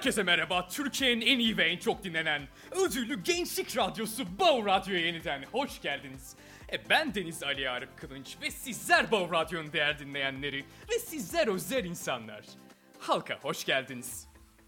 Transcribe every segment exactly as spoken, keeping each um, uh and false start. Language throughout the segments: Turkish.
Herkese merhaba. Türkiye'nin en iyi ve en çok dinlenen ödüllü gençlik radyosu Bağ Radyo'ya yeniden hoş geldiniz. E ben Deniz Ali Arif Kılınç ve sizler Bağ Radyo'nun değer dinleyenleri ve sizler özel insanlar. Halka hoş geldiniz.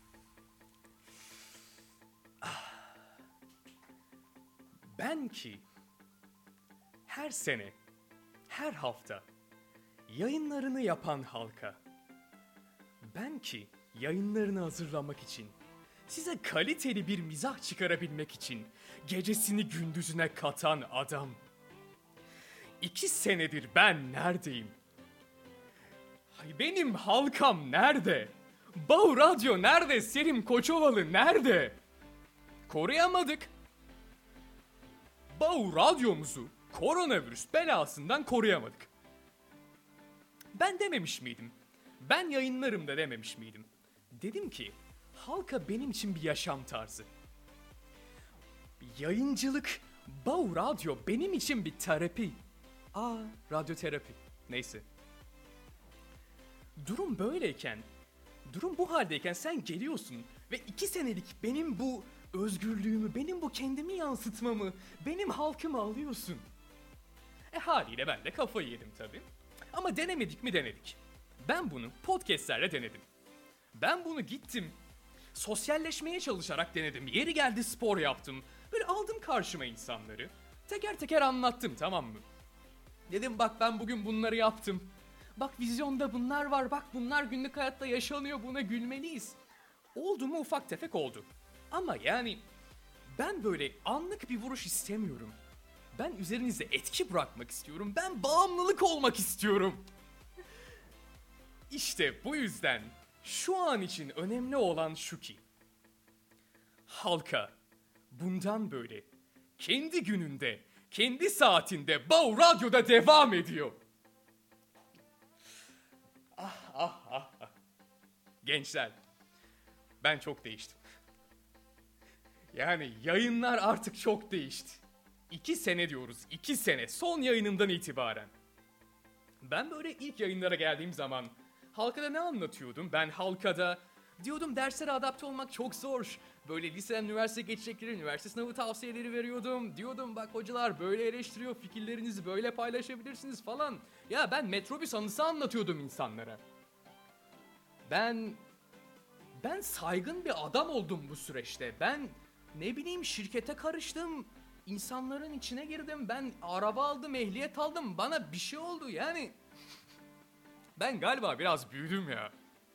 Ben ki her sene, her hafta yayınlarını yapan halka, ben ki yayınlarını hazırlamak için, size kaliteli bir mizah çıkarabilmek için gecesini gündüzüne katan adam. İki senedir ben neredeyim? Ay benim halkam nerede? Bağ Radyo nerede? Selim Koçovalı nerede? Koruyamadık. Bağ Radyomuzu koronavirüs belasından koruyamadık. Ben dememiş miydim? Ben yayınlarım da dememiş miydim? Dedim ki halka benim için bir yaşam tarzı. Yayıncılık, Bağ Radyo benim için bir terapi. Aa, radyoterapi. Neyse. Durum böyleyken, durum bu haldeyken sen geliyorsun ve iki senelik benim bu özgürlüğümü, benim bu kendimi yansıtmamı, benim halkımı alıyorsun. E haliyle ben de kafayı yedim tabii. Ama denemedik mi denedik. Ben bunu podcastlerle denedim. Ben bunu gittim, sosyalleşmeye çalışarak denedim. Yeri geldi spor yaptım. Böyle aldım karşıma insanları. Teker teker anlattım, tamam mı? Dedim bak ben bugün bunları yaptım. Bak vizyonda bunlar var. Bak bunlar günlük hayatta yaşanıyor. Buna gülmeliyiz. Oldu mu ufak tefek oldu. Ama yani ben böyle anlık bir vuruş istemiyorum. Ben üzerinizde etki bırakmak istiyorum. Ben bağımlılık olmak istiyorum. İşte bu yüzden şu an için önemli olan şu ki, halka bundan böyle kendi gününde, kendi saatinde Bağ Radyo'da devam ediyor. Ah ah ah ah. Gençler, ben çok değiştim. Yani yayınlar artık çok değişti. İki sene diyoruz, iki sene. Son yayınımdan itibaren. Ben böyle ilk yayınlara geldiğim zaman halkada ne anlatıyordum? Ben halkada diyordum derslere adapte olmak çok zor. Böyle liseden üniversite geçecekleri, üniversite sınavı tavsiyeleri veriyordum. Diyordum bak hocalar böyle eleştiriyor, fikirlerinizi böyle paylaşabilirsiniz falan. Ya ben metrobüs anısı anlatıyordum insanlara. Ben, ben saygın bir adam oldum bu süreçte. Ben ne bileyim şirkete karıştım. İnsanların içine girdim. Ben araba aldım, ehliyet aldım. Bana bir şey oldu yani. Ben galiba biraz büyüdüm ya.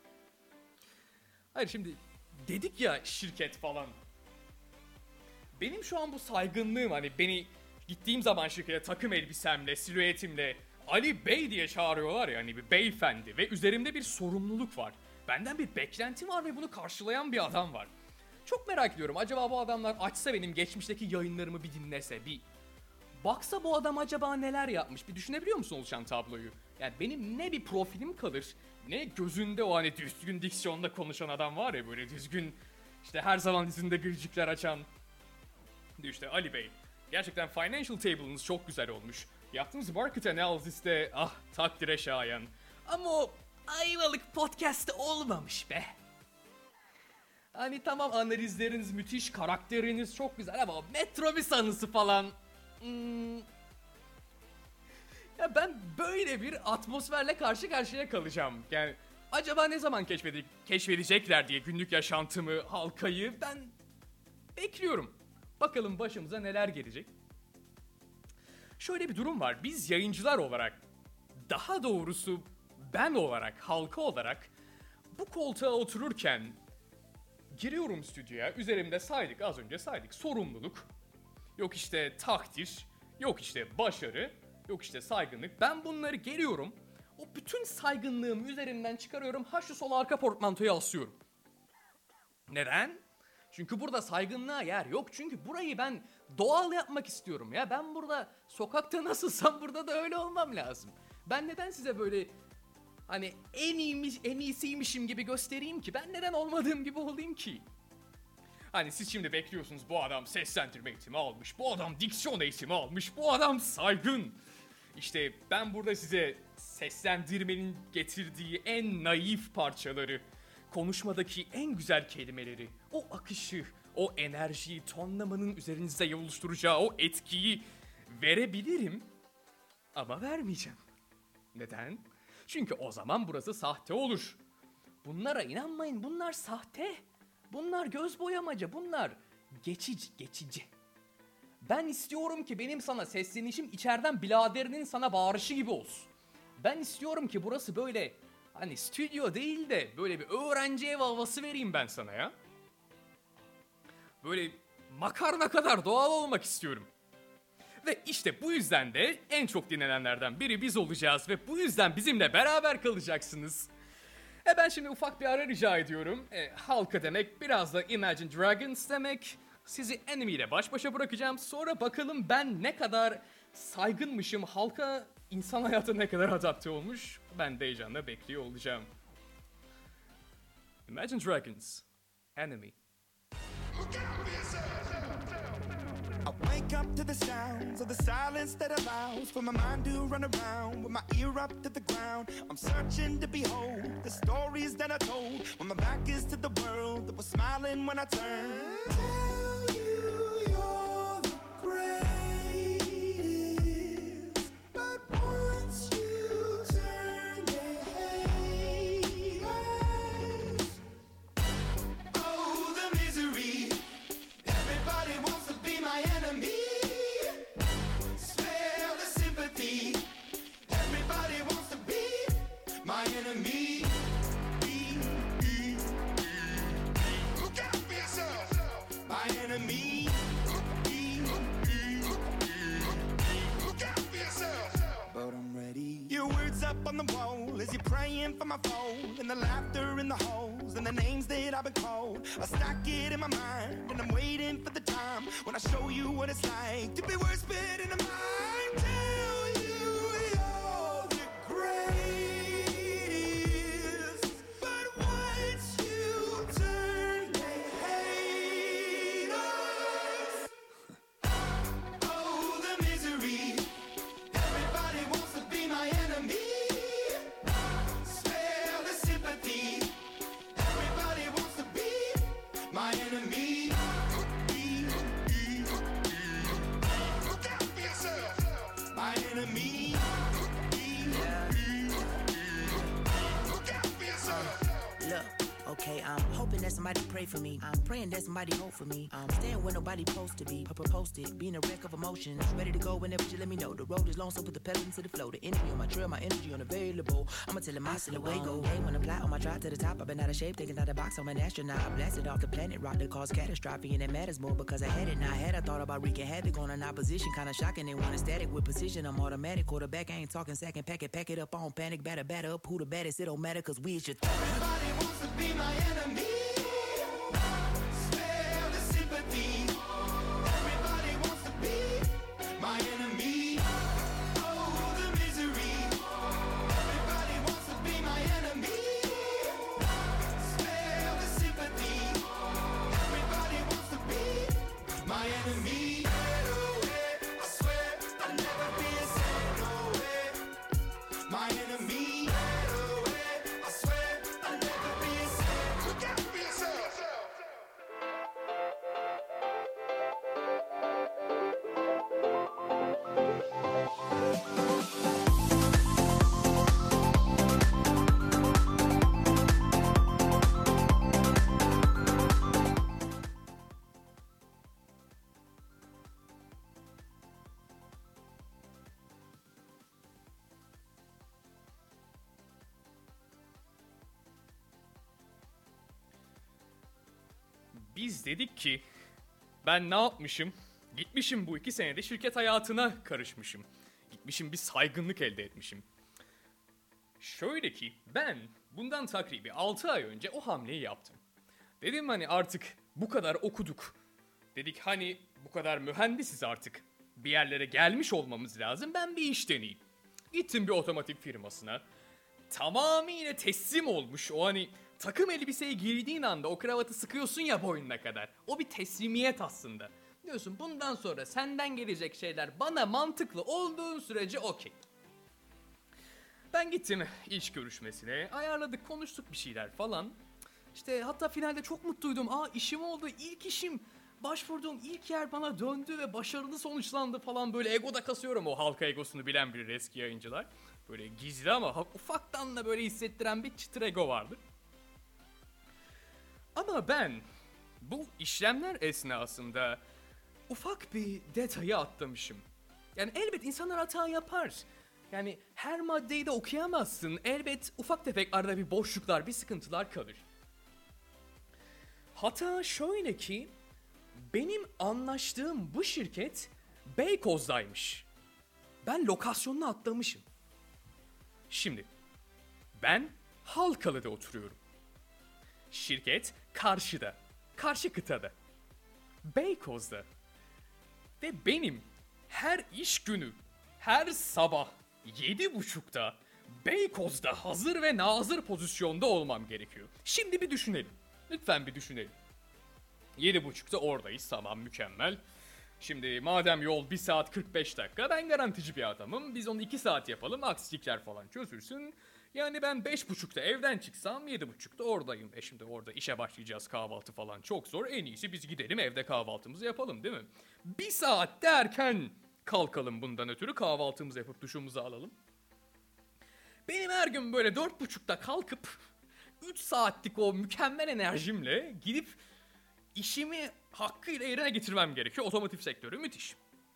Hayır şimdi dedik ya şirket falan. Benim şu an bu saygınlığım hani beni gittiğim zaman şirkete takım elbisemle, silüetimle Ali Bey diye çağırıyorlar ya hani bir beyefendi ve üzerimde bir sorumluluk var. Benden bir beklenti var ve bunu karşılayan bir adam var. Çok merak ediyorum acaba bu adamlar açsa benim geçmişteki yayınlarımı bir dinlese, bir baksa bu adam acaba neler yapmış, bir düşünebiliyor musun oluşan tabloyu? Yani benim ne bir profilim kalır, ne gözünde o hani düzgün diksiyonda konuşan adam var ya böyle düzgün işte her zaman dizinde gülücükler açan. İşte Ali Bey, gerçekten financial table'ınız çok güzel olmuş. Yaptığınız market analysis'te ah takdire şayan. Ama o Ayvalık podcast'te olmamış be. Hani tamam analizleriniz müthiş, karakteriniz çok güzel ama metrobüs anısı falan. Hmm. Ya ben böyle bir atmosferle karşı karşıya kalacağım. Yani acaba ne zaman keşfede- keşfedecekler diye günlük yaşantımı, halkayı ben bekliyorum. Bakalım başımıza neler gelecek. Şöyle bir durum var. Biz yayıncılar olarak, daha doğrusu ben olarak, halka olarak bu koltuğa otururken giriyorum stüdyoya, üzerimde saydık, az önce saydık. Sorumluluk, yok işte takdir, yok işte başarı, yok işte saygınlık. Ben bunları geliyorum, o bütün saygınlığımı üzerimden çıkarıyorum, ha şu sol arka portmantoya asıyorum. Neden? Çünkü burada saygınlığa yer yok. Çünkü burayı ben doğal yapmak istiyorum ya. Ben burada sokakta nasılsam burada da öyle olmam lazım. Ben neden size böyle hani en iyiymiş, en iyisiymişim gibi göstereyim ki? Ben neden olmadığım gibi olayım ki? Hani siz şimdi bekliyorsunuz bu adam seslendirme eğitimi almış, bu adam diksiyon eğitimi almış, bu adam saygın. İşte ben burada size seslendirmenin getirdiği en naif parçaları, konuşmadaki en güzel kelimeleri, o akışı, o enerjiyi, tonlamanın üzerinizde oluşturacağı o etkiyi verebilirim ama vermeyeceğim. Neden? Çünkü o zaman burası sahte olur. Bunlara inanmayın, bunlar sahte. Bunlar göz boyamaca, bunlar geçici, geçici. Ben istiyorum ki benim sana seslenişim içeriden biraderinin sana bağırışı gibi olsun. Ben istiyorum ki burası böyle hani stüdyo değil de böyle bir öğrenci ev havası vereyim ben sana ya. Böyle makarna kadar doğal olmak istiyorum. Ve işte bu yüzden de en çok dinlenenlerden biri biz olacağız ve bu yüzden bizimle beraber kalacaksınız. E ben şimdi ufak bir ara rica ediyorum. E, halka demek biraz da Imagine Dragons demek. Sizi Enemy ile baş başa bırakacağım. Sonra bakalım ben ne kadar saygınmışım. Halka insan hayatı ne kadar adapte olmuş. Ben de heyecanla bekliyor olacağım. Imagine Dragons, Enemy. I wake up to the sounds of the silence that allows for my mind to run around with my ear up to the ground. I'm searching to behold the stories that I told when my back is to the world that was smiling when I turned. Tell you you're the greatest, but once you turn they hate us. Oh, the misery. Everybody wants to be my enemy. Spare the sympathy. Everybody wants to be my enemy. Look out for yourself. My enemy. Look out for yourself. But I'm ready. Your words up on the wall as you're praying for my fall, and the laughter in the halls and the names that I've been called. I stack it in my mind and I'm waiting for the time when I show you what it's like to be worse fit in the mind. Tell you you're the greatest, but once you turn they hate us. Oh, the misery. Everybody wants to be my enemy. Spare the sympathy. Everybody wants to be my enemy. Look out for yourself. My enemy. Look out for yourself. Look, okay, I'm hoping that somebody pray for me. I'm praying that somebody hope for me. I'm staying where nobody supposed to be. Papa posted, being a wreck of emotions. Ready to go whenever you let me know. The road is long, so put the pedal into the flow. The energy on my trail, my energy unavailable. I'ma tell him I still away go. Hey, when I'm fly on my drive to the top, I've been out of shape, taking out the box. I'm an astronaut. I blasted off the planet, rock that caused catastrophe, and it matters more because I had it. Now I had I thought about wreaking havoc on an opposition, kinda shocking. They want a static with precision. I'm automatic, quarterback. I ain't talking second, pack it, pack it up on panic, batter, batter up. Who the baddest? It don't matter, cause we is your th- Everybody wants to be my enemy. Spare the sympathy. Everybody wants to be my enemy. Oh, the misery. Everybody wants to be my enemy. Spare the sympathy. Everybody wants to be my enemy. I swear I'll never be a saint, no way. My enemy. I swear I'll never be a saint. Look out for yourself. Biz dedik ki ben ne yapmışım? Gitmişim bu iki senede şirket hayatına karışmışım. Gitmişim bir saygınlık elde etmişim. Şöyle ki ben bundan takribi altı ay önce o hamleyi yaptım. Dedim hani artık bu kadar okuduk. Dedik hani bu kadar mühendisiz artık. Bir yerlere gelmiş olmamız lazım. Ben bir iş deneyeyim. Gittim bir otomotiv firmasına. Tamamıyla teslim olmuş o hani takım elbiseye girdiğin anda o kravatı sıkıyorsun ya boynuna kadar. O bir teslimiyet aslında. Diyorsun bundan sonra senden gelecek şeyler bana mantıklı olduğun sürece okey. Ben gittim iş görüşmesine, ayarladık, konuştuk bir şeyler falan. İşte hatta finalde çok mutluydum. Aa işim oldu, ilk işim. Başvurduğum ilk yer bana döndü ve başarılı sonuçlandı falan, böyle egoda kasıyorum. O halka egosunu bilen bilir eski yayıncılar. Böyle gizli ama ufaktan da böyle hissettiren bir çıtır ego vardır. Ama ben bu işlemler esnasında ufak bir detayı atlamışım. Yani elbet insanlar hata yapar. Yani her maddeyi de okuyamazsın. Elbet ufak tefek arada bir boşluklar, bir sıkıntılar kalır. Hata şöyle ki, benim anlaştığım bu şirket Beykoz'daymış. Ben lokasyonunu atlamışım. Şimdi ben Halkalı'da oturuyorum. Şirket karşıda, karşı kıtada. Beykoz'da. Ve benim her iş günü, her sabah yedi buçukta Beykoz'da hazır ve nazır pozisyonda olmam gerekiyor. Şimdi bir düşünelim. Lütfen bir düşünelim. Yedi buçukta oradayız, tamam, mükemmel. Şimdi madem yol bir saat kırk beş dakika, ben garantici bir adamım. Biz onu iki saat yapalım, aksilikler falan çözülsün. Yani ben beş buçukta evden çıksam yedi buçukta oradayım. E şimdi orada işe başlayacağız, kahvaltı falan çok zor. En iyisi biz gidelim evde kahvaltımızı yapalım, değil mi? Bir saat derken kalkalım bundan ötürü, kahvaltımızı yapıp duşumuzu alalım. Benim her gün böyle dört buçukta kalkıp üç saatlik o mükemmel enerjimle gidip işimi hakkıyla yerine getirmem gerekiyor. Otomotiv sektörü müthiş.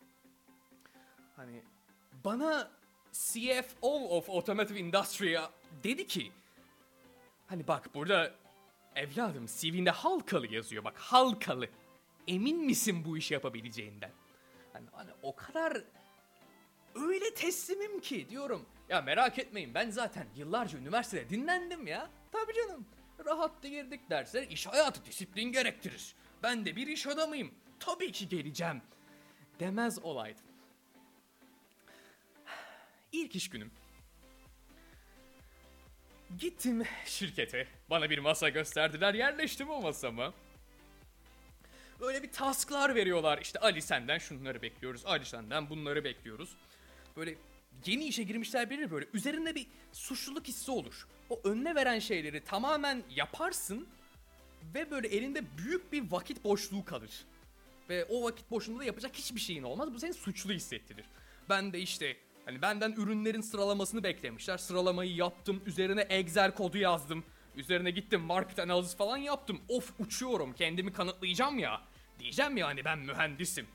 Hani bana C F O of Automotive Industry dedi ki, hani bak burada evladım C V'nde Halkalı yazıyor, bak Halkalı. Emin misin bu işi yapabileceğinden? Hani, hani o kadar öyle teslimim ki diyorum. Ya merak etmeyin, ben zaten yıllarca üniversitede dinlendim ya. Tabii canım. Rahat da girdik dersler, iş hayatı disiplin gerektirir. Ben de bir iş adamıyım. Tabii ki geleceğim. Demez olaydım. İlk iş günüm. Gittim şirkete. Bana bir masa gösterdiler. Yerleştim o masama. Böyle bir tasklar veriyorlar. İşte Ali senden şunları bekliyoruz. Ali senden bunları bekliyoruz. Böyle yeni işe girmişler bilir, böyle üzerinde bir suçluluk hissi olur. O önüne veren şeyleri tamamen yaparsın ve böyle elinde büyük bir vakit boşluğu kalır. Ve o vakit boşluğunda da yapacak hiçbir şeyin olmaz. Bu seni suçlu hissettirir. Ben de işte hani benden ürünlerin sıralamasını beklemişler. Sıralamayı yaptım. Üzerine Excel kodu yazdım. Üzerine gittim market analizi falan yaptım. Of uçuyorum, kendimi kanıtlayacağım ya. Diyeceğim ya hani ben mühendisim.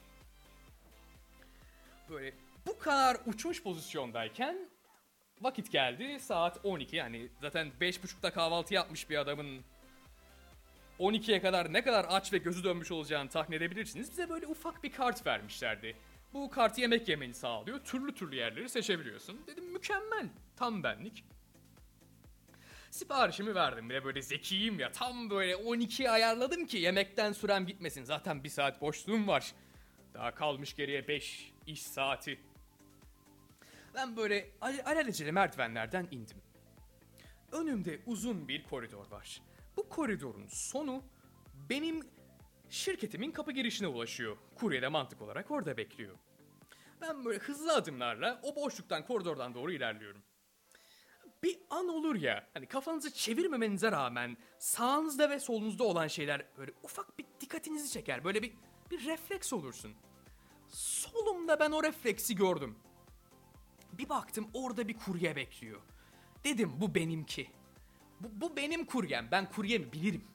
Böyle bu kadar uçmuş pozisyondayken vakit geldi, saat on iki, yani zaten beş buçukta kahvaltı yapmış bir adamın on ikiye kadar ne kadar aç ve gözü dönmüş olacağını tahmin edebilirsiniz. Bize böyle ufak bir kart vermişlerdi. Bu kart yemek yemeni sağlıyor, türlü türlü yerleri seçebiliyorsun. Dedim mükemmel, tam benlik. Siparişimi verdim, bir de böyle zekiyim ya, tam böyle on ikiye ayarladım ki yemekten sürem gitmesin. Zaten bir saat boşluğum var. Daha kalmış geriye beş iş saati. Ben böyle alelacele merdivenlerden indim. Önümde uzun bir koridor var. Bu koridorun sonu benim şirketimin kapı girişine ulaşıyor. Kurye de mantık olarak orada bekliyor. Ben böyle hızlı adımlarla o boşluktan, koridordan doğru ilerliyorum. Bir an olur ya, hani kafanızı çevirmemenize rağmen sağınızda ve solunuzda olan şeyler böyle ufak bir dikkatinizi çeker. Böyle bir, bir refleks olursun. Solumda ben o refleksi gördüm. Bir baktım orada bir kurye bekliyor. Dedim bu benimki. Bu, bu benim kuryem. Ben kuryemi bilirim.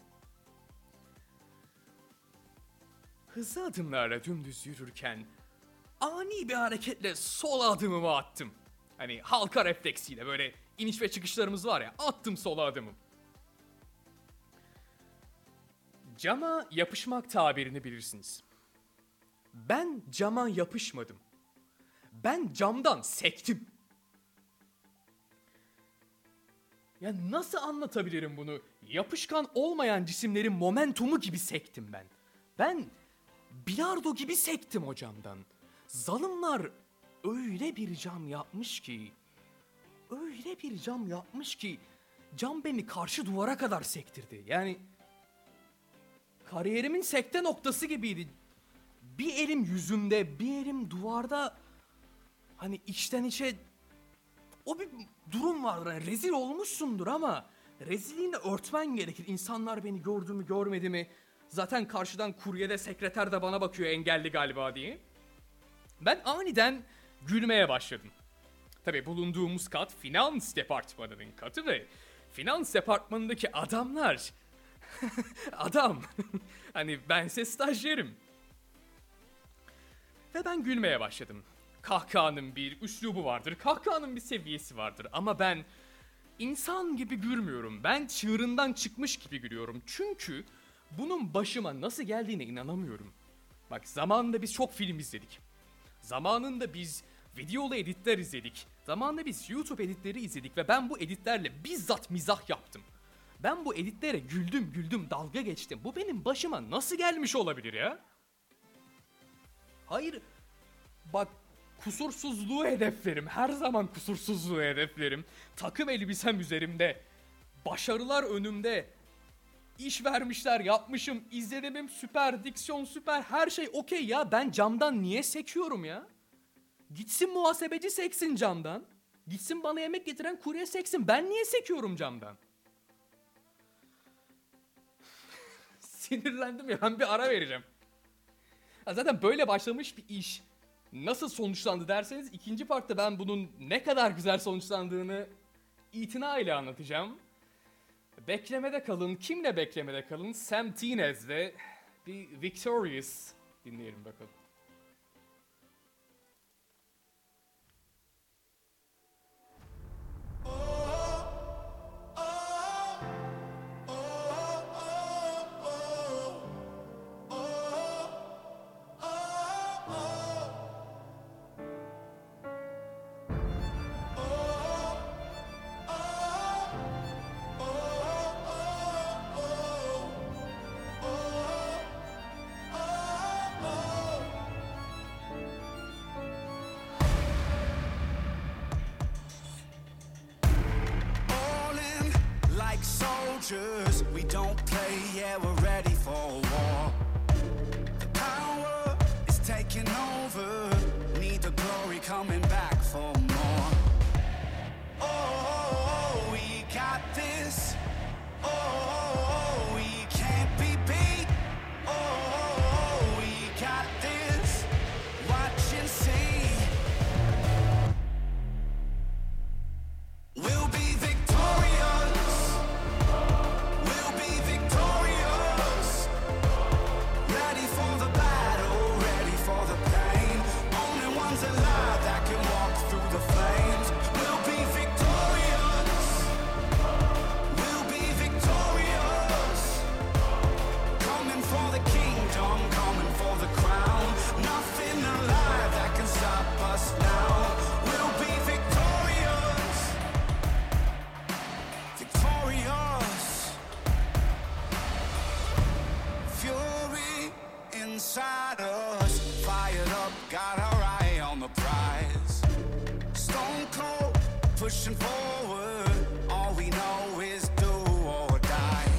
Hızlı adımlarla dümdüz yürürken ani bir hareketle sol adımımı attım. Hani halka refleksiyle böyle iniş ve çıkışlarımız var ya, attım sol adımı. Cama yapışmak tabirini bilirsiniz. Ben cama yapışmadım. Ben camdan sektim. Ya nasıl anlatabilirim bunu? Yapışkan olmayan cisimlerin momentumu gibi sektim ben. Ben bilardo gibi sektim o camdan. Zalimler öyle bir cam yapmış ki, öyle bir cam yapmış ki cam beni karşı duvara kadar sektirdi. Yani kariyerimin sekte noktası gibiydi. Bir elim yüzümde, bir elim duvarda. Hani içten içe o bir durum vardır. Yani rezil olmuşsundur ama rezilliğini örtmen gerekir. İnsanlar beni gördü mü görmedi mi? Zaten karşıdan kuryede sekreter de bana bakıyor engelli galiba diye. Ben aniden gülmeye başladım. Tabii bulunduğumuz kat finans departmanının katı ve finans departmanındaki adamlar... Adam. Hani bense stajyerim. Ve ben gülmeye başladım. Kahkahanın bir üslubu vardır, kahkahanın bir seviyesi vardır. Ama ben insan gibi gülmüyorum. Ben çığırından çıkmış gibi gülüyorum. Çünkü bunun başıma nasıl geldiğine inanamıyorum. Bak zamanında biz çok film izledik. Zamanında biz videolu editler izledik. Zamanında biz YouTube editleri izledik ve ben bu editlerle bizzat mizah yaptım. Ben bu editlere güldüm güldüm dalga geçtim. Bu benim başıma nasıl gelmiş olabilir ya? Hayır. Bak kusursuzluğu hedeflerim. Her zaman kusursuzluğu hedeflerim. Takım elbisem üzerimde. Başarılar önümde. İş vermişler, yapmışım. İzlenimim süper, diksiyon süper. Her şey okey ya. Ben camdan niye sekiyorum ya? Gitsin muhasebeci seksin camdan. Gitsin bana yemek getiren kurye seksin. Ben niye sekiyorum camdan? Sinirlendim ya. Ben bir ara vereceğim. Ya zaten böyle başlamış bir iş nasıl sonuçlandı derseniz ikinci partta ben bunun ne kadar güzel sonuçlandığını itina ile anlatacağım. Beklemede kalın. Kimle beklemede kalın? Sam Tinez'le bir Victorious dinleyelim bakalım. We don't play, yeah, we're ready for war. The power is taking over. Need the glory coming back for more. Oh, we got this. Oh, we can't be beat. Oh, we got this. Watch and see. We'll be victorious. Inside us, fired up, got our eye on the prize. Stone cold, pushing forward, all we know is do or die.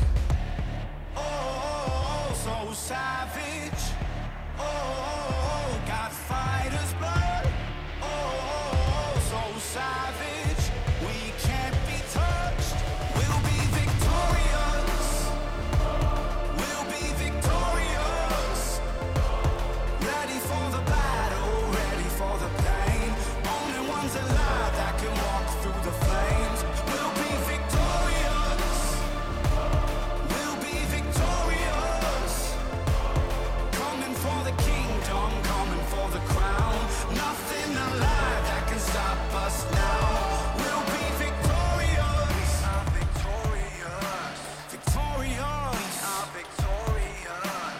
Oh, so savage. Oh, got fighter's blood. Oh, so savage, we can't be touched. We'll be victorious. We'll be victorious. Ready for the battle, ready for the pain. Only ones alive that can walk through the flames. We'll be victorious. We'll be victorious. Coming for the kingdom, coming for the crown. Nothing alive that can stop us now. We'll be victorious. I'm victorious. Victorious. I'm victorious.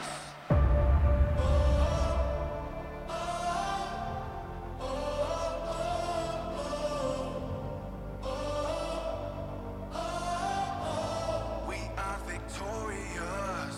We are victorious.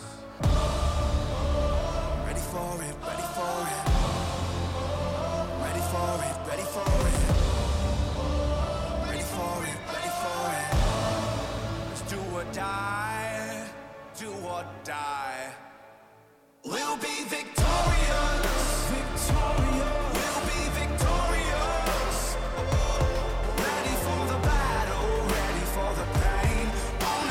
Ready for it, ready for it. Ready for it, ready for it. Ready for it, ready for it. Let's do or die, do or die. We'll be victorious. Victorious. We'll be victorious. Ready for the battle, ready for the pain.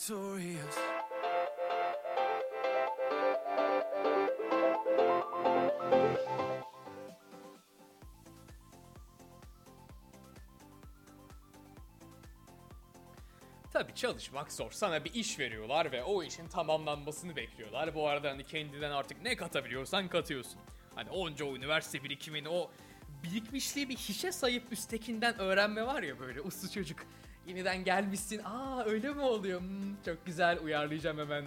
victorious. Tabii çalışmak zor. Sana bir iş veriyorlar ve o işin tamamlanmasını bekliyorlar. Bu arada hani kendinden artık ne katabiliyorsan katıyorsun. Hani onca üniversite birikimini, o birikmişliği bir hiçe sayıp üsttekinden öğrenme var ya, böyle uslu çocuk. Yeniden gelmişsin. Aa öyle mi oluyor? Hmm, çok güzel, uyarlayacağım hemen.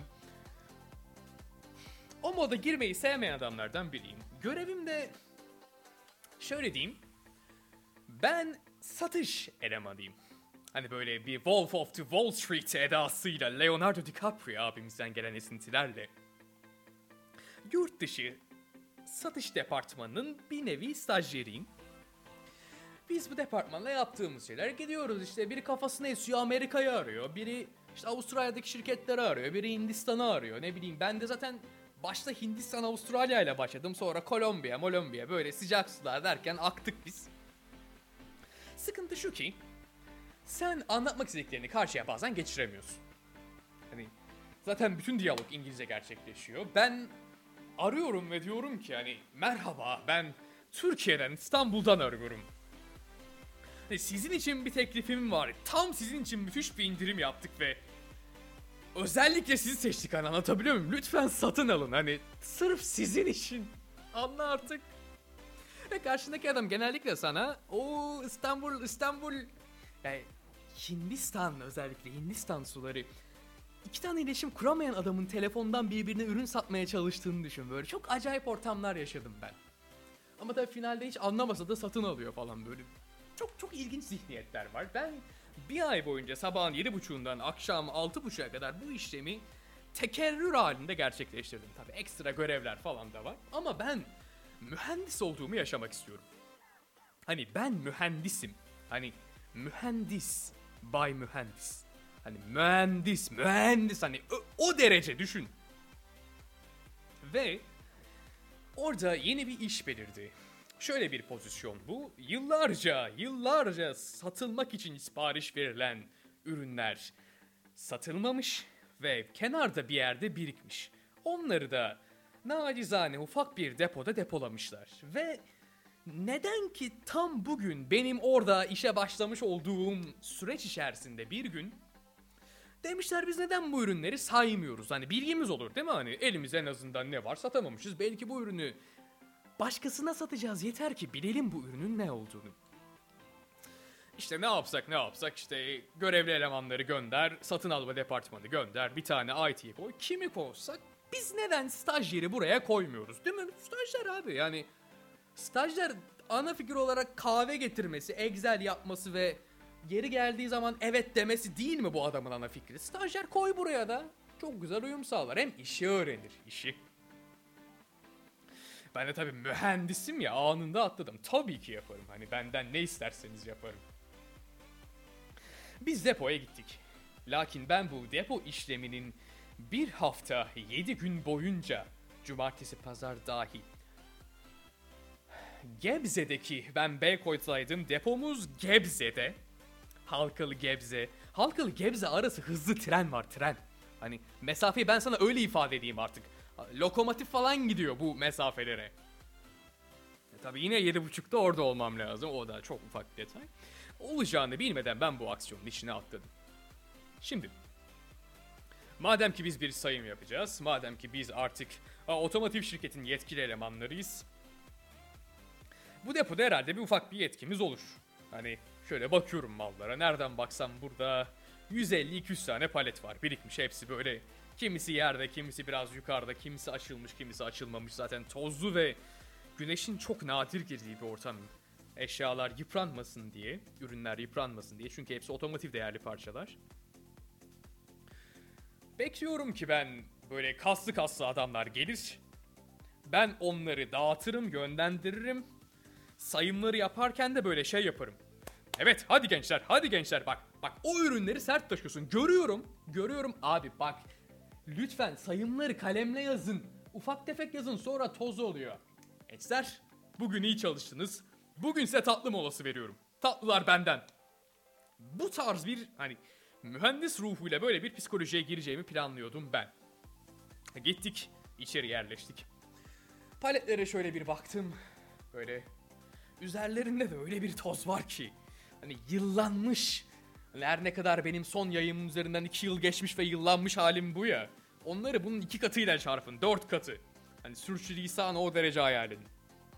O moda girmeyi sevmeyen adamlardan biriyim. Görevim de şöyle diyeyim. Ben satış elemanıyım. Hani böyle bir Wolf of the Wall Street edasıyla Leonardo DiCaprio abimizden gelen esintilerle yurt dışı satış departmanının bir nevi stajyeriyim. Biz bu departmanla yaptığımız şeyler, gidiyoruz işte, biri kafasını esiyor Amerika'yı arıyor, biri işte Avustralya'daki şirketleri arıyor, biri Hindistan'ı arıyor, ne bileyim. Ben de zaten başta Hindistan, Avustralya ile başladım, sonra Kolombiya, Molombiya, böyle sıcak sular derken aktık biz. Sıkıntı şu ki sen anlatmak istediklerini karşıya bazen geçiremiyorsun. Hani zaten bütün diyalog İngilizce gerçekleşiyor. Ben arıyorum ve diyorum ki hani merhaba, ben Türkiye'den, İstanbul'dan arıyorum. Hani sizin için bir teklifim var. Tam sizin için müthiş bir indirim yaptık ve özellikle sizi seçtik, hani anlatabiliyor muyum? Lütfen satın alın, hani sırf sizin için. Anla artık. Ve karşındaki adam genellikle sana o İstanbul, İstanbul... Yani Hindistan, özellikle Hindistan suları. İki tane iletişim kuramayan adamın telefondan birbirine ürün satmaya çalıştığını düşün. Böyle çok acayip ortamlar yaşadım ben. Ama tabii finalde hiç anlamasa da satın alıyor falan böyle. Çok çok ilginç zihniyetler var. Ben bir ay boyunca sabahın yedi buçuğundan akşam altı buçuğa kadar bu işlemi tekerrür halinde gerçekleştirdim. Tabii ekstra görevler falan da var. Ama ben mühendis olduğumu yaşamak istiyorum. Hani ben mühendisim. Hani mühendis, bay mühendis. Hani mühendis, mühendis, hani o, o derece düşün. Ve orada yeni bir iş belirdi. Şöyle bir pozisyon bu. Yıllarca, yıllarca satılmak için sipariş verilen ürünler satılmamış ve kenarda bir yerde birikmiş. Onları da nacizane ufak bir depoda depolamışlar. Ve neden ki tam bugün, benim orada işe başlamış olduğum süreç içerisinde bir gün demişler biz neden bu ürünleri saymıyoruz? Hani bilgimiz olur değil mi? Hani elimizde en azından ne var, satamamışız. Belki bu ürünü başkasına satacağız, yeter ki bilelim bu ürünün ne olduğunu. İşte ne yapsak ne yapsak, işte görevli elemanları gönder, satın alma departmanı gönder, bir tane I T'yi koy. Kimi koysak, biz neden stajyeri buraya koymuyoruz değil mi? Stajyer abi, yani stajyer ana fikir olarak kahve getirmesi, Excel yapması ve geri geldiği zaman evet demesi değil mi bu adamın ana fikri? Stajyer koy buraya da. Çok güzel uyum sağlar. Hem işi öğrenir, işi. Ben de tabii mühendisim ya, anında atladım. Tabii ki yaparım. Hani benden ne isterseniz yaparım. Biz depoya gittik. Lakin ben bu depo işleminin bir hafta yedi gün boyunca, cumartesi pazar dahil, Gebze'deki, ben Beykoz'daydım, depomuz Gebze'de. Halkalı Gebze. Halkalı Gebze arası hızlı tren var, tren. Hani mesafeyi ben sana öyle ifade edeyim artık. Lokomotif falan gidiyor bu mesafelere. E tabii yine yedi buçukta orada olmam lazım. O da çok ufak bir detay. Olacağını bilmeden ben bu aksiyonun içine atladım. Şimdi madem ki biz bir sayım yapacağız, madem ki biz artık a, otomotiv şirketin yetkili elemanlarıyız, bu depoda herhalde bir ufak bir yetkimiz olur. Hani şöyle bakıyorum mallara, nereden baksam burada yüz elli iki yüz tane palet var birikmiş, hepsi böyle, kimisi yerde, kimisi biraz yukarıda, kimisi açılmış, kimisi açılmamış, zaten tozlu ve güneşin çok nadir girdiği bir ortam. Eşyalar yıpranmasın diye, ürünler yıpranmasın diye, çünkü hepsi otomotiv değerli parçalar. Bekliyorum ki ben böyle kaslı kaslı adamlar gelir, ben onları dağıtırım, yönlendiririm. Sayımları yaparken de böyle şey yaparım. Evet hadi gençler, hadi gençler, bak bak o ürünleri sert taşıyorsun, görüyorum, görüyorum abi, bak lütfen sayımları kalemle yazın, ufak tefek yazın, sonra toz oluyor. Gençler bugün iyi çalıştınız, bugün size tatlı molası veriyorum, tatlılar benden. Bu tarz bir hani Mühendis ruhuyla böyle bir psikolojiye gireceğimi planlıyordum ben. Gittik, içeri yerleştik. Paletlere şöyle bir baktım. Böyle üzerlerinde de öyle bir toz var ki. Hani yıllanmış. Hani her ne kadar benim son yayımın üzerinden iki yıl geçmiş ve yıllanmış halim bu ya. Onları bunun iki katıyla çarpın. Dört katı. Hani sürçülisanı o derece hayal edin.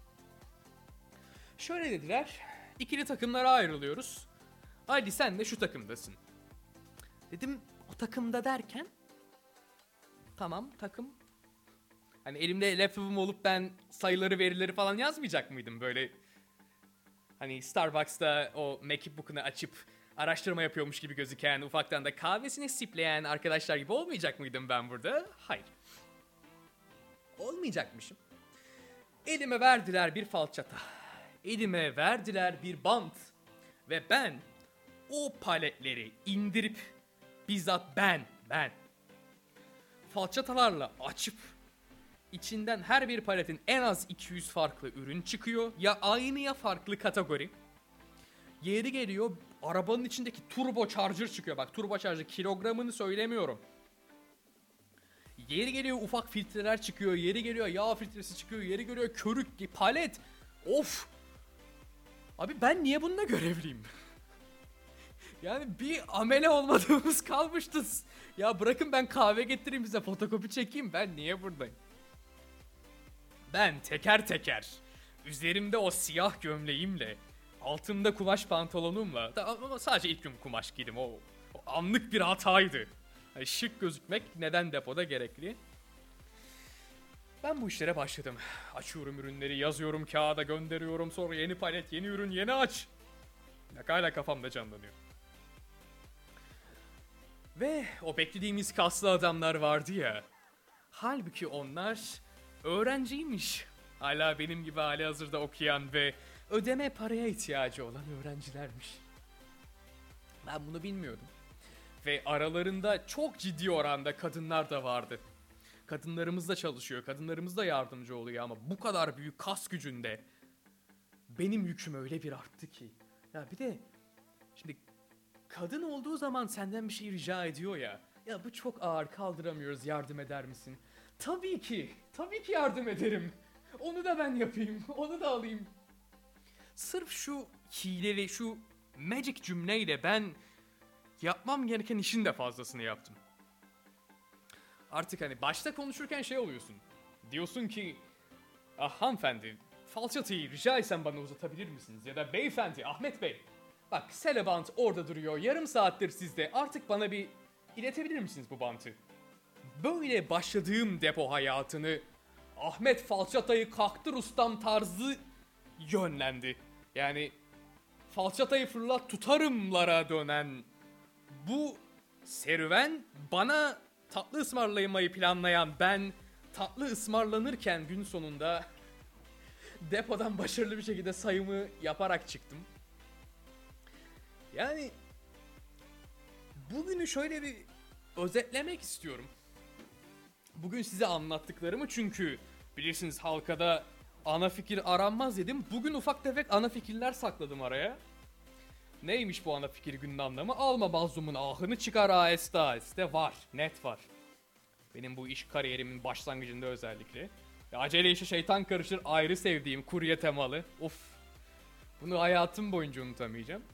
Şöyle dediler. İkili takımlara ayrılıyoruz. Hadi sen de şu takımdasın. Dedim o takımda derken. Tamam takım. Hani elimde laptopum olup ben sayıları verileri falan yazmayacak mıydım böyle? Hani Starbucks'ta o MacBook'unu açıp araştırma yapıyormuş gibi gözüken, ufaktan da kahvesini sipleyen arkadaşlar gibi olmayacak mıydım ben burada? Hayır. Olmayacakmışım. Elime verdiler bir falçata. Elime verdiler bir bant. Ve ben o paletleri indirip bizzat ben, ben falçatalarla açıp içinden her bir paletin en az iki yüz farklı ürün çıkıyor. Ya aynı ya farklı kategori. Yeri geliyor arabanın içindeki turbo charger çıkıyor. Bak turbo charger kilogramını söylemiyorum. Yeri geliyor ufak filtreler çıkıyor. Yeri geliyor yağ filtresi çıkıyor. Yeri geliyor körük, palet. Of. Abi ben niye bununla görevliyim? Yani bir amele olmadığımız kalmıştı. Ya bırakın ben kahve getireyim size fotokopi çekeyim. Ben niye buradayım? Ben teker teker üzerimde o siyah gömleğimle, altımda kumaş pantolonumla, ama sadece ilk gün kumaş giydim, o, o anlık bir hataydı. Yani şık gözükmek neden depoda gerekli? Ben bu işlere başladım. Açıyorum ürünleri, yazıyorum kağıda, gönderiyorum, sonra yeni palet, yeni ürün, yeni aç. Bak hala kafamda canlanıyor. Ve o beklediğimiz kaslı adamlar vardı ya. Halbuki onlar öğrenciymiş. Hala benim gibi halihazırda okuyan ve ödeme paraya ihtiyacı olan öğrencilermiş. Ben bunu bilmiyordum. Ve aralarında çok ciddi oranda kadınlar da vardı. Kadınlarımız da çalışıyor, kadınlarımız da yardımcı oluyor ama bu kadar büyük kas gücünde benim yüküm öyle bir arttı ki. Ya bir de şimdi kadın olduğu zaman senden bir şey rica ediyor ya. Ya bu çok ağır, kaldıramıyoruz, yardım eder misin? Tabii ki, tabii ki yardım ederim. Onu da ben yapayım, onu da alayım. Sırf şu hileli, şu magic cümleyle ben yapmam gereken işin de fazlasını yaptım. Artık hani başta konuşurken şey oluyorsun. Diyorsun ki, ah hanımefendi, falçatayı rica etsem bana uzatabilir misiniz? Ya da beyefendi, Ahmet Bey, bak selebant orada duruyor, yarım saattir sizde, artık bana bir iletebilir misiniz bu bantı? Böyle başladığım depo hayatını Ahmet falçatayı kalktır ustam tarzı yönlendi. Yani falçatayı fırlat tutarımlara dönen bu serüven bana tatlı ısmarlamayı planlayan ben tatlı ısmarlanırken gün sonunda depodan başarılı bir şekilde sayımı yaparak çıktım. Yani bugünü şöyle bir özetlemek istiyorum. Bugün size anlattıklarımı çünkü bilirsiniz halkada ana fikir aranmaz dedim. Bugün ufak tefek ana fikirler sakladım araya. Neymiş bu ana fikir günün anlamı? Alma mazlumun ahını çıkar aheste aheste. Var. Net var. Benim bu iş kariyerimin başlangıcında özellikle. Ya acele işe şeytan karışır ayrı sevdiğim kurye temalı. Of. Bunu hayatım boyunca unutamayacağım.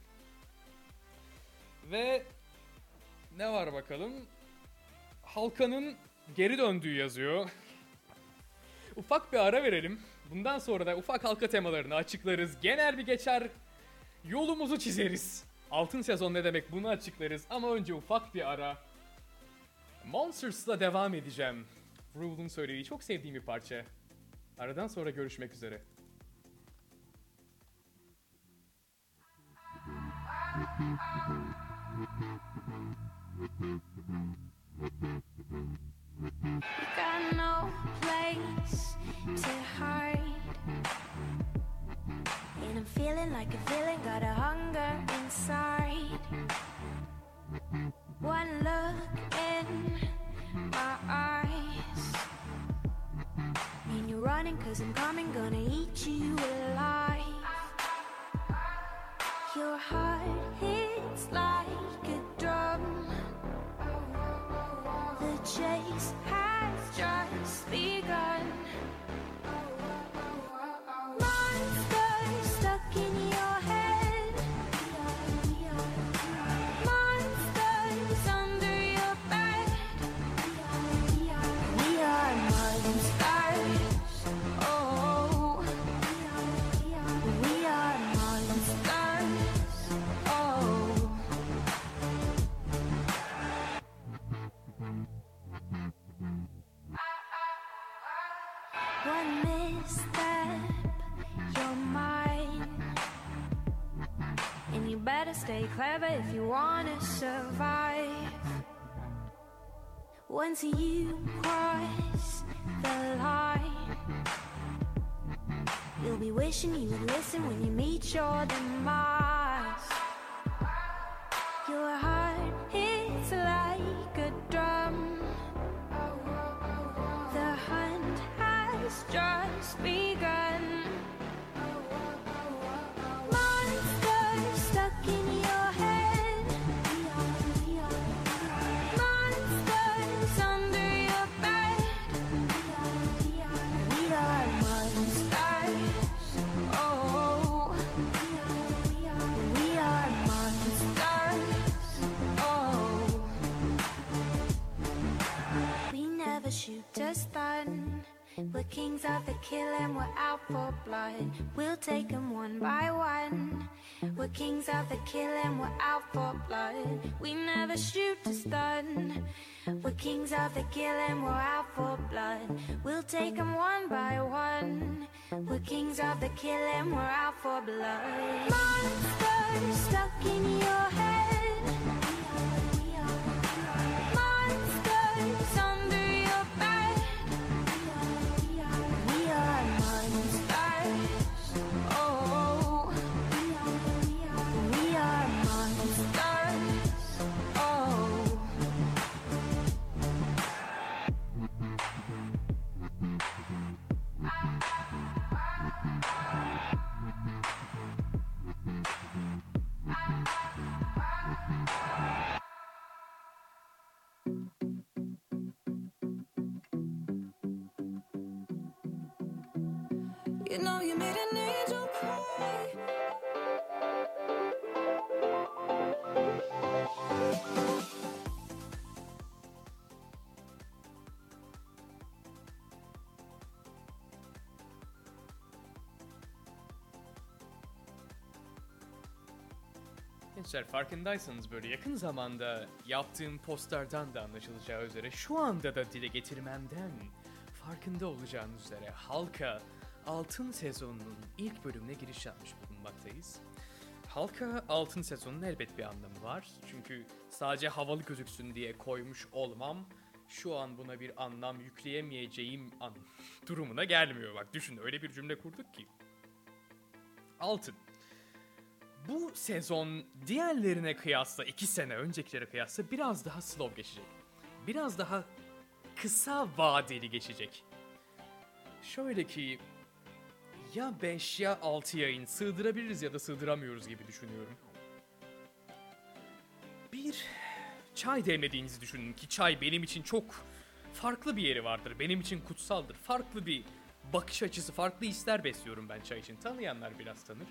Ve ne var bakalım? Halkanın geri döndüğü yazıyor. Ufak bir ara verelim. Bundan sonra da ufak halka temalarını açıklarız. Genel bir geçer yolumuzu çizeriz. Altın sezon ne demek bunu açıklarız. Ama önce ufak bir ara. Monsters'la devam edeceğim. Rule'un söylediği çok sevdiğim bir parça. Aradan sonra görüşmek üzere. You got no place to hide, and I'm feeling like a feeling, got a hunger inside. One look in my eyes, and you're running 'cause I'm coming, gonna eat you alive. Your heart hits like a drum, better stay clever if you wanna survive. Once you cross the line, you'll be wishing you would listen when you meet your demise. Your heart hits like a drum. The hunt has just begun. Monsters stuck in your head. Monsters under your bed. We are monsters. Oh, we are monsters. Oh, we never shoot to stun. We're kings of the kill and we're out for blood. We'll take them one by one. We're kings of the kill and we're out for blood. We never shoot to stun. We're kings of the kill and we're out for blood. We'll take them one by one. We're kings of the kill and we're out for blood. Monsters stuck in your head. Monsters under your bed. We are monsters. Oh, we are monsters. Oh. You know you made an angel cry. Gençler, farkındaysanız böyle yakın zamanda yaptığım postlardan da anlaşılacağı üzere şu anda da dile getirmemden farkında olacağınız üzere Halka altın sezonunun ilk bölümüne giriş yapmış bulunmaktayız. Halka altın sezonunun elbet bir anlamı var. Çünkü sadece havalı gözüksün diye koymuş olmam şu an buna bir anlam yükleyemeyeceğim an durumuna gelmiyor. Bak düşün, öyle bir cümle kurduk ki. Altın. Bu sezon diğerlerine kıyasla, iki sene öncekilere kıyasla biraz daha slow geçecek. Biraz daha kısa vadeli geçecek. Şöyle ki ya beş ya altı yayın sığdırabiliriz ya da sığdıramıyoruz gibi düşünüyorum. Bir çay demlediğinizi düşünün ki çay benim için çok farklı bir yeri vardır. Benim için kutsaldır. Farklı bir bakış açısı, farklı hisler besliyorum ben çay için. Tanıyanlar biraz tanır.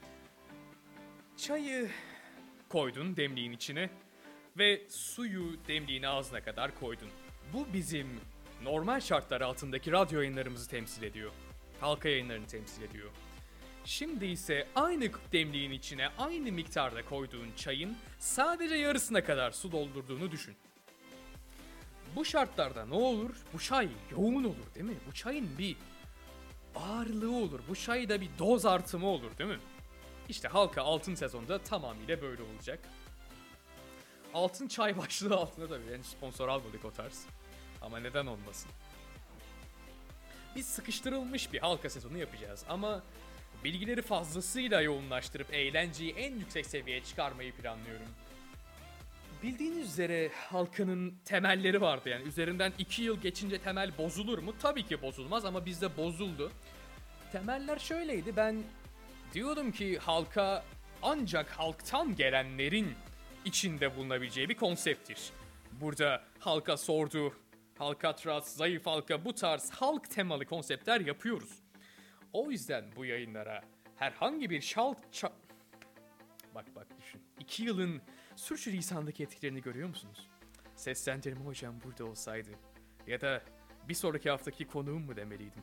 Çayı koydun demliğin içine ve suyu demliğin ağzına kadar koydun. Bu bizim normal şartlar altındaki radyo yayınlarımızı temsil ediyor. Halka yayınlarını temsil ediyor. Şimdi ise aynı demliğin içine aynı miktarda koyduğun çayın sadece yarısına kadar su doldurduğunu düşün. Bu şartlarda ne olur? Bu çay yoğun olur değil mi? Bu çayın bir ağırlığı olur. Bu çayda bir doz artımı olur değil mi? İşte Halka altın sezonda tamamıyla böyle olacak. Altın çay başlığı altında tabii yani sponsor almadık o tarz. Ama neden olmasın? Biz sıkıştırılmış bir Halka sezonu yapacağız ama bilgileri fazlasıyla yoğunlaştırıp eğlenceyi en yüksek seviyeye çıkarmayı planlıyorum. Bildiğiniz üzere Halka'nın temelleri vardı, yani üzerinden iki yıl geçince temel bozulur mu? Tabii ki bozulmaz ama bizde bozuldu. Temeller şöyleydi, ben diyordum ki Halka ancak halktan gelenlerin içinde bulunabileceği bir konsepttir. Burada Halka sordu, Halkatraz, Zayıf Halka, bu tarz halk temalı konseptler yapıyoruz. O yüzden bu yayınlara herhangi bir şalk... Ça- bak bak düşün. İki yılın sürçülisandaki etkilerini görüyor musunuz? Seslendirme hocam burada olsaydı. Ya da bir sonraki haftaki konuğum mu demeliydim?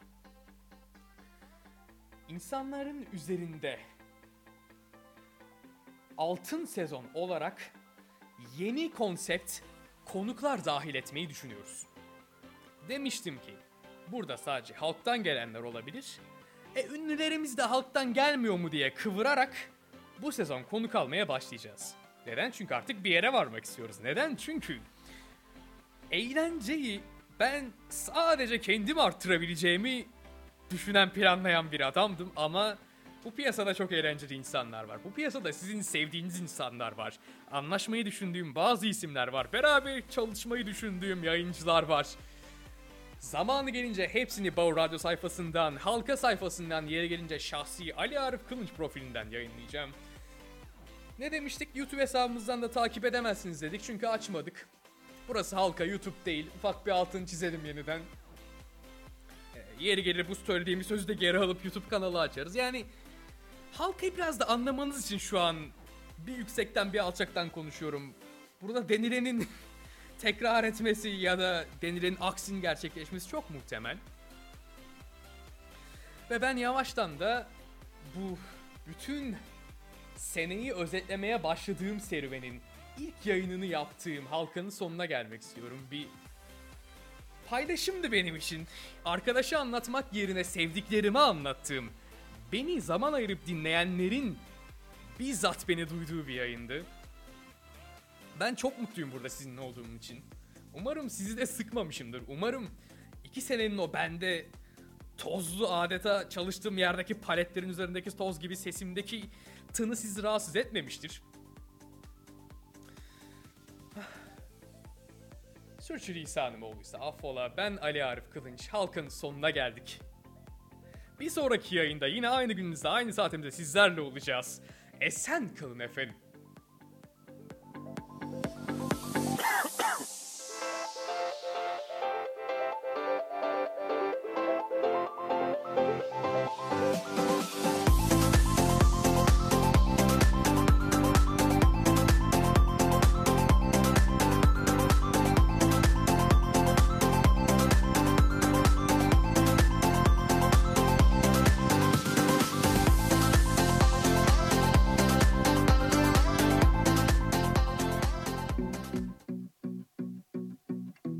İnsanların üzerinde altın sezon olarak yeni konsept konuklar dahil etmeyi düşünüyoruz. Demiştim ki burada sadece halktan gelenler olabilir. E ünlülerimiz de halktan gelmiyor mu diye kıvırarak bu sezon konuk almaya başlayacağız. Neden? Çünkü artık bir yere varmak istiyoruz. Neden? Çünkü eğlenceyi ben sadece kendim arttırabileceğimi düşünen, planlayan bir adamdım ama bu piyasada çok eğlenceli insanlar var. Bu piyasada sizin sevdiğiniz insanlar var. Anlaşmayı düşündüğüm bazı isimler var. Beraber çalışmayı düşündüğüm yayıncılar var. Zamanı gelince hepsini Bağır Radyo sayfasından, halka sayfasından, yere gelince şahsi Ali Arif Kılınç profilinden yayınlayacağım. Ne demiştik? YouTube hesabımızdan da takip edemezsiniz dedik çünkü açmadık. Burası halka, YouTube değil. Ufak bir altını çizelim yeniden. Ee, yeri gelir bu söylediğimiz sözü de geri alıp YouTube kanalı açarız. Yani halkayı biraz da anlamanız için şu an bir yüksekten bir alçaktan konuşuyorum. Burada denilenin tekrar etmesi ya da denilenin aksinin gerçekleşmesi çok muhtemel. Ve ben yavaştan da bu bütün seneyi özetlemeye başladığım serüvenin ilk yayınını yaptığım halkanın sonuna gelmek istiyorum. Bir paylaşımdı benim için. Arkadaşa anlatmak yerine sevdiklerime anlattığım, beni zaman ayırıp dinleyenlerin bizzat beni duyduğu bir yayındı. Ben çok mutluyum burada sizinle olduğum için. Umarım sizi de sıkmamışımdır. Umarım iki senenin o bende tozlu, adeta çalıştığım yerdeki paletlerin üzerindeki toz gibi sesimdeki tını sizi rahatsız etmemiştir. Sürçülisanım olduysa affola. Ben Ali Arif Kılınç. Halkanın sonuna geldik. Bir sonraki yayında yine aynı gününüzde, aynı saatimizde sizlerle olacağız. Esen kalın efendim.